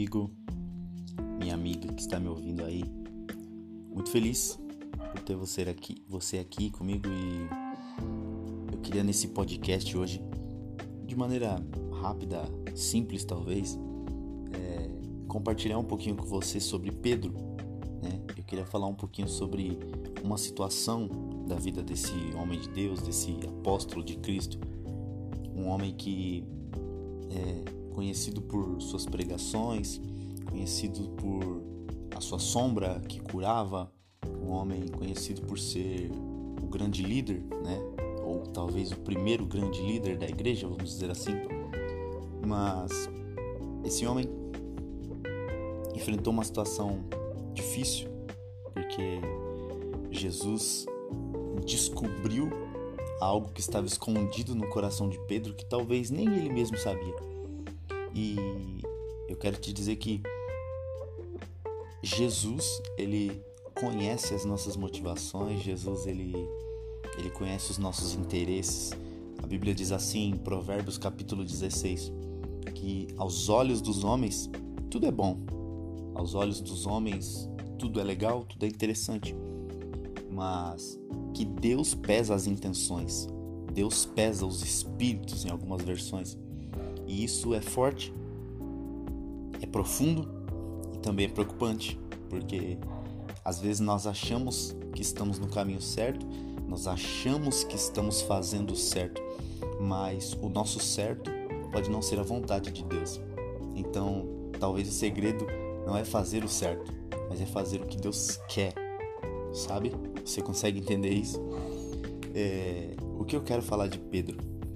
amigo, minha amiga que está me ouvindo aí. Muito feliz por ter você aqui comigo, e eu queria nesse podcast hoje, de maneira rápida, simples talvez, compartilhar um pouquinho com você sobre Pedro, né? Eu queria falar um pouquinho sobre uma situação da vida desse homem de Deus, desse apóstolo de Cristo, um homem que é conhecido por suas pregações, conhecido por a sua sombra que curava, um homem conhecido por ser o grande líder, né? Ou talvez o primeiro grande líder da igreja, vamos dizer assim. Mas esse homem enfrentou uma situação difícil, porque Jesus descobriu algo que estava escondido no coração de Pedro, que talvez nem ele mesmo sabia. E eu quero te dizer que Jesus, ele conhece as nossas motivações, Jesus, ele conhece os nossos interesses. A Bíblia diz assim, em Provérbios capítulo 16, que aos olhos dos homens tudo é bom, aos olhos dos homens tudo é legal, tudo é interessante, mas que Deus pesa as intenções, Deus pesa os espíritos em algumas versões, e isso é forte, é profundo e também é preocupante, porque às vezes nós achamos que estamos no caminho certo, nós achamos que estamos fazendo certo, mas o nosso certo pode não ser a vontade de Deus. Então, talvez o segredo não é fazer o certo, mas é fazer o que Deus quer, sabe? Você consegue entender isso? O que eu quero falar de Pedro?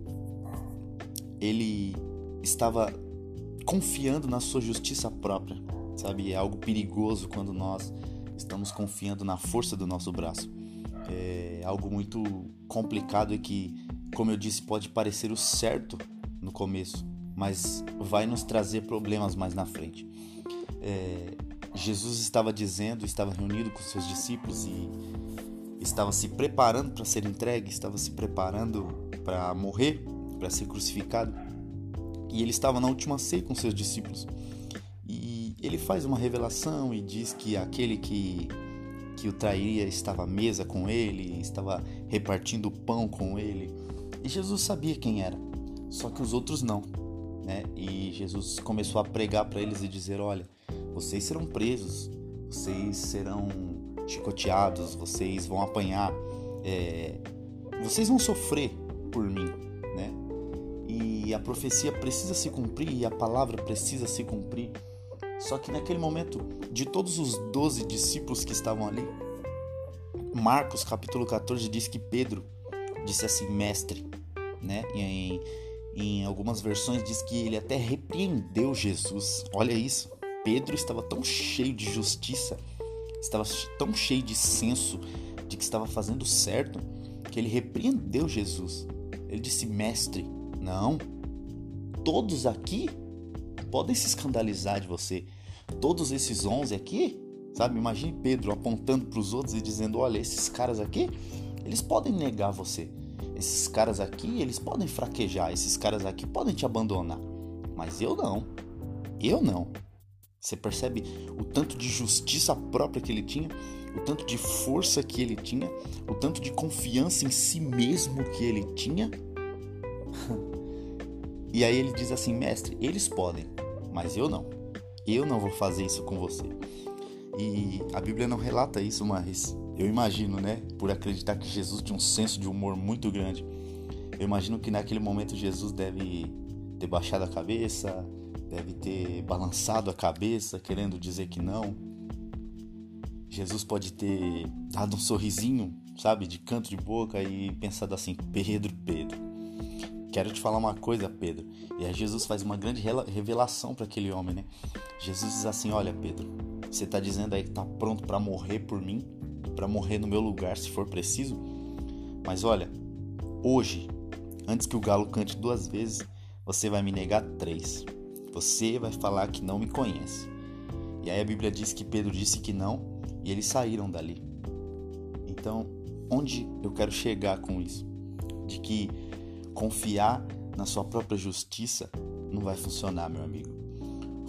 Ele estava confiando na sua justiça própria, sabe? É algo perigoso quando nós estamos confiando na força do nosso braço. É algo muito complicado e que, como eu disse, pode parecer o certo no começo, mas vai nos trazer problemas mais na frente. Jesus estava reunido com seus discípulos e estava se preparando para ser entregue, estava se preparando para morrer, para ser crucificado. E ele estava na última ceia com seus discípulos. E ele faz uma revelação e diz que aquele que o trairia estava à mesa com ele, estava repartindo o pão com ele. E Jesus sabia quem era, só que os outros não, né? E Jesus começou a pregar para eles e dizer: olha, vocês serão presos, vocês serão chicoteados, vocês vão apanhar, vocês vão sofrer por mim, né? E a profecia precisa se cumprir e a palavra precisa se cumprir. Só que naquele momento, de todos os 12 discípulos que estavam ali, Marcos capítulo 14 diz que Pedro disse assim: mestre, né? Em algumas versões diz que ele até repreendeu Jesus. Olha isso, Pedro estava tão cheio de justiça, estava tão cheio de senso de que estava fazendo certo, que ele repreendeu Jesus. Ele disse: mestre, não, todos aqui podem se escandalizar de você, todos esses 11 aqui, sabe? Imagine Pedro apontando para os outros e dizendo: olha, esses caras aqui, eles podem negar você, esses caras aqui, eles podem fraquejar, esses caras aqui podem te abandonar, mas eu não. Você percebe o tanto de justiça própria que ele tinha, o tanto de força que ele tinha, o tanto de confiança em si mesmo que ele tinha? E aí ele diz assim: mestre, eles podem, mas eu não vou fazer isso com você. E a Bíblia não relata isso, mas eu imagino, né, por acreditar que Jesus tinha um senso de humor muito grande, eu imagino que naquele momento Jesus deve ter baixado a cabeça, deve ter balançado a cabeça, querendo dizer que não. Jesus pode ter dado um sorrisinho, sabe, de canto de boca e pensado assim: Pedro, quero te falar uma coisa, Pedro. E aí Jesus faz uma grande revelação para aquele homem, né? Jesus diz assim: olha, Pedro, você está dizendo aí que está pronto para morrer por mim, para morrer no meu lugar se for preciso? Mas olha, hoje, antes que o galo cante 2 vezes, você vai me negar 3. Você vai falar que não me conhece. E aí a Bíblia diz que Pedro disse que não e eles saíram dali. Então, onde eu quero chegar com isso? De que confiar na sua própria justiça não vai funcionar, meu amigo.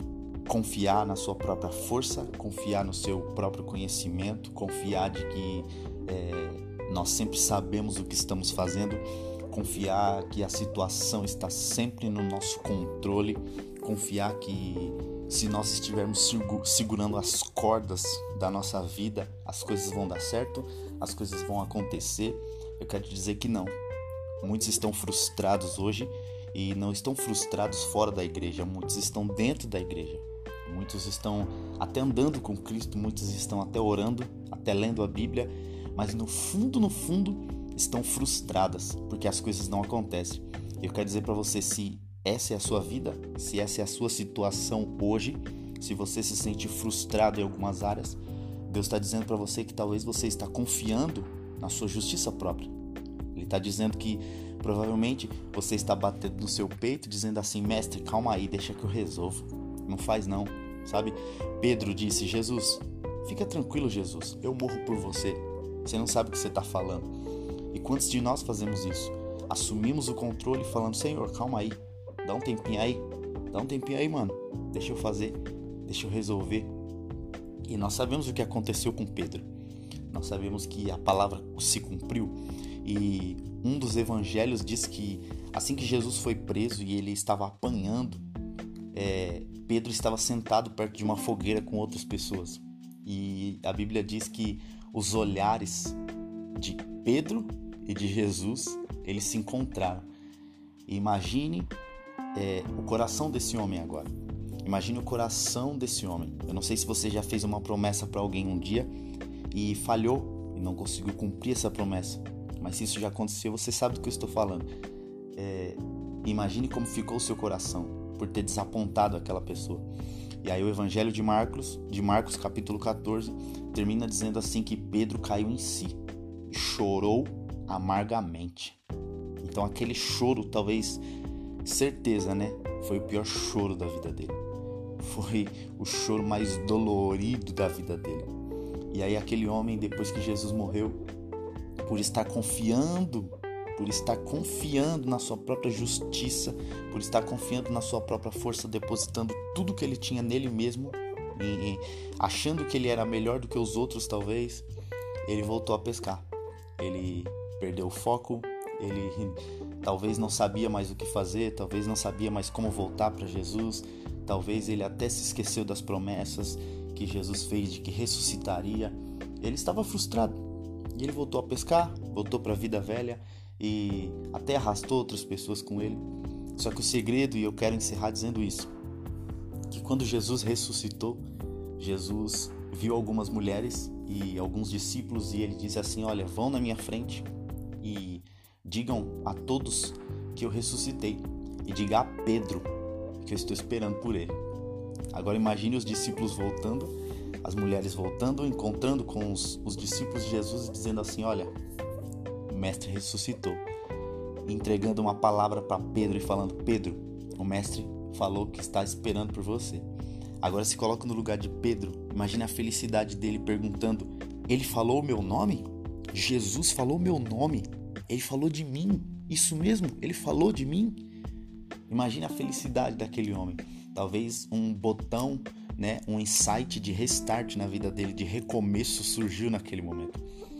confiar na sua própria força, confiar no seu próprio conhecimento, confiar de que nós sempre sabemos o que estamos fazendo, confiar que a situação está sempre no nosso controle, confiar que se nós estivermos segurando as cordas da nossa vida, as coisas vão dar certo, as coisas vão acontecer. Eu quero te dizer que não. Muitos estão frustrados hoje e não estão frustrados fora da igreja, muitos estão dentro da igreja. Muitos estão até andando com Cristo, muitos estão até orando, até lendo a Bíblia, mas no fundo estão frustradas porque as coisas não acontecem. Eu quero dizer para você, se essa é a sua vida, se essa é a sua situação hoje, se você se sente frustrado em algumas áreas, Deus está dizendo para você que talvez você está confiando na sua justiça própria. Ele está dizendo que provavelmente você está batendo no seu peito, dizendo assim: mestre, calma aí, deixa que eu resolvo. Não faz não, sabe? Pedro disse: Jesus, fica tranquilo, Jesus, eu morro por você. Você não sabe o que você está falando. E quantos de nós fazemos isso? Assumimos o controle falando: Senhor, calma aí, dá um tempinho aí, mano, deixa eu fazer, deixa eu resolver. E nós sabemos o que aconteceu com Pedro. Nós sabemos que a palavra se cumpriu. E um dos evangelhos diz que assim que Jesus foi preso e ele estava apanhando, Pedro estava sentado perto de uma fogueira com outras pessoas. E a Bíblia diz que os olhares de Pedro e de Jesus, eles se encontraram. E imagine o coração desse homem agora. Imagine o coração desse homem. Eu não sei se você já fez uma promessa para alguém um dia e falhou e não conseguiu cumprir essa promessa. Mas se isso já aconteceu, você sabe do que eu estou falando. Imagine como ficou o seu coração por ter desapontado aquela pessoa. E aí o Evangelho de Marcos capítulo 14, termina dizendo assim que Pedro caiu em si, chorou amargamente. Então aquele choro, talvez, certeza, né? Foi o pior choro da vida dele. Foi o choro mais dolorido da vida dele. E aí aquele homem, depois que Jesus morreu, por estar confiando na sua própria justiça, por estar confiando na sua própria força, depositando tudo que ele tinha nele mesmo, achando que ele era melhor do que os outros talvez, ele voltou a pescar. Ele perdeu o foco, ele talvez não sabia mais o que fazer, talvez não sabia mais como voltar para Jesus, talvez ele até se esqueceu das promessas que Jesus fez de que ressuscitaria. Ele estava frustrado e ele voltou a pescar, voltou para a vida velha e até arrastou outras pessoas com ele. Só que o segredo, e eu quero encerrar dizendo isso, que quando Jesus ressuscitou, Jesus viu algumas mulheres e alguns discípulos e ele disse assim: olha, vão na minha frente e digam a todos que eu ressuscitei, e diga a Pedro que eu estou esperando por ele. Agora imagine os discípulos voltando, as mulheres voltando, encontrando com os discípulos de Jesus e dizendo assim: olha, o mestre ressuscitou, entregando uma palavra para Pedro e falando: Pedro, o mestre falou que está esperando por você. Agora se coloca no lugar de Pedro, imagine a felicidade dele perguntando: ele falou o meu nome? Jesus falou o meu nome? Ele falou de mim? Isso mesmo, ele falou de mim? Imagine a felicidade daquele homem. Talvez um botão, né, um insight de restart na vida dele, de recomeço, surgiu naquele momento.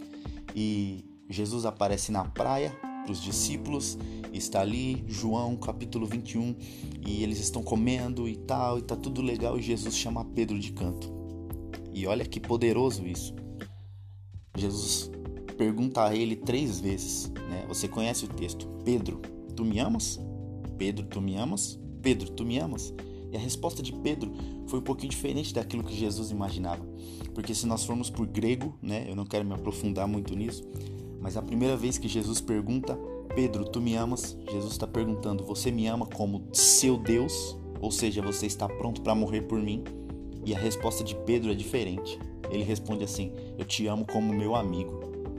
E Jesus aparece na praia para os discípulos, está ali, João capítulo 21, e eles estão comendo e tal, e tá tudo legal, e Jesus chama Pedro de canto. E olha que poderoso isso. Jesus pergunta a ele 3 vezes, né? Você conhece o texto: Pedro, tu me amas? Pedro, tu me amas? Pedro, tu me amas? E a resposta de Pedro foi um pouquinho diferente daquilo que Jesus imaginava. Porque se nós formos por grego, né? Eu não quero me aprofundar muito nisso, mas a primeira vez que Jesus pergunta: Pedro, tu me amas? Jesus está perguntando: você me ama como seu Deus? Ou seja, você está pronto para morrer por mim? E a resposta de Pedro é diferente. Ele responde assim: eu te amo como meu amigo.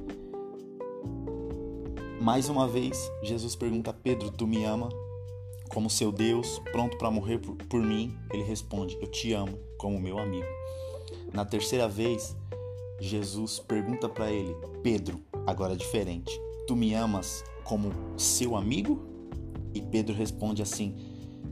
Mais uma vez, Jesus pergunta: Pedro, tu me ama como seu Deus, pronto para morrer por mim? Ele responde: eu te amo como meu amigo. Na terceira vez, Jesus pergunta para ele: Pedro, agora diferente, tu me amas como seu amigo? E Pedro responde assim: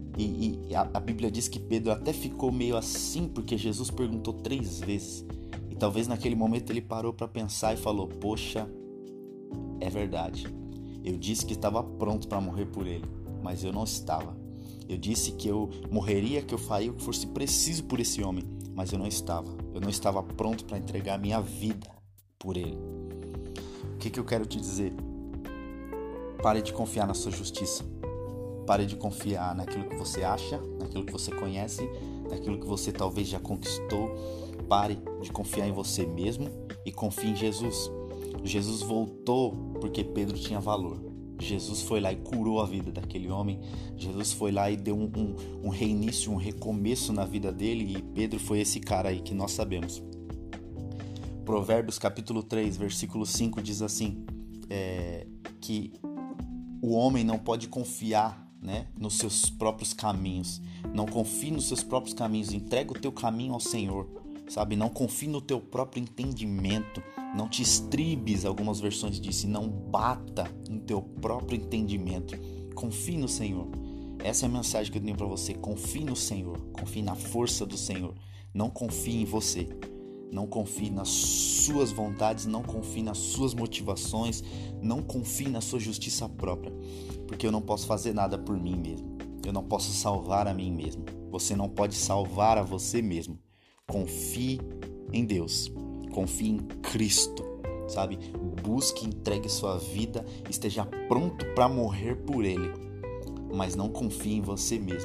E a Bíblia diz que Pedro até ficou meio assim, porque Jesus perguntou 3 vezes. E talvez naquele momento ele parou para pensar e falou: poxa, é verdade. Eu disse que estava pronto para morrer por ele, mas eu não estava. Eu disse que eu morreria, que eu faria o que fosse preciso por esse homem, mas eu não estava. Eu não estava pronto para entregar a minha vida por ele. O que eu quero te dizer? Pare de confiar na sua justiça. Pare de confiar naquilo que você acha, naquilo que você conhece, naquilo que você talvez já conquistou. Pare de confiar em você mesmo e confie em Jesus. Jesus voltou porque Pedro tinha valor. Jesus foi lá e curou a vida daquele homem. Jesus foi lá e deu um reinício, um recomeço na vida dele. E Pedro foi esse cara aí que nós sabemos. Provérbios capítulo 3, versículo 5 diz assim, que o homem não pode confiar, né, nos seus próprios caminhos. Não confie nos seus próprios caminhos. Entrega o teu caminho ao Senhor, sabe? Não confie no teu próprio entendimento. Não te estribes, algumas versões dizem, não bata no teu próprio entendimento. Confie no Senhor. Essa é a mensagem que eu tenho para você. Confie no Senhor. Confie na força do Senhor. Não confie em você. Não confie nas suas vontades. Não confie nas suas motivações. Não confie na sua justiça própria. Porque eu não posso fazer nada por mim mesmo. Eu não posso salvar a mim mesmo. Você não pode salvar a você mesmo. Confie em Deus. Confie em Cristo, sabe? Busque, entregue sua vida, esteja pronto para morrer por Ele, mas não confie em você mesmo.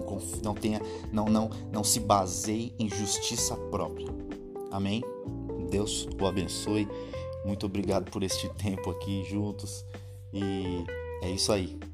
Não se baseie em justiça própria. Amém? Deus o abençoe. Muito obrigado por este tempo aqui juntos. E é isso aí.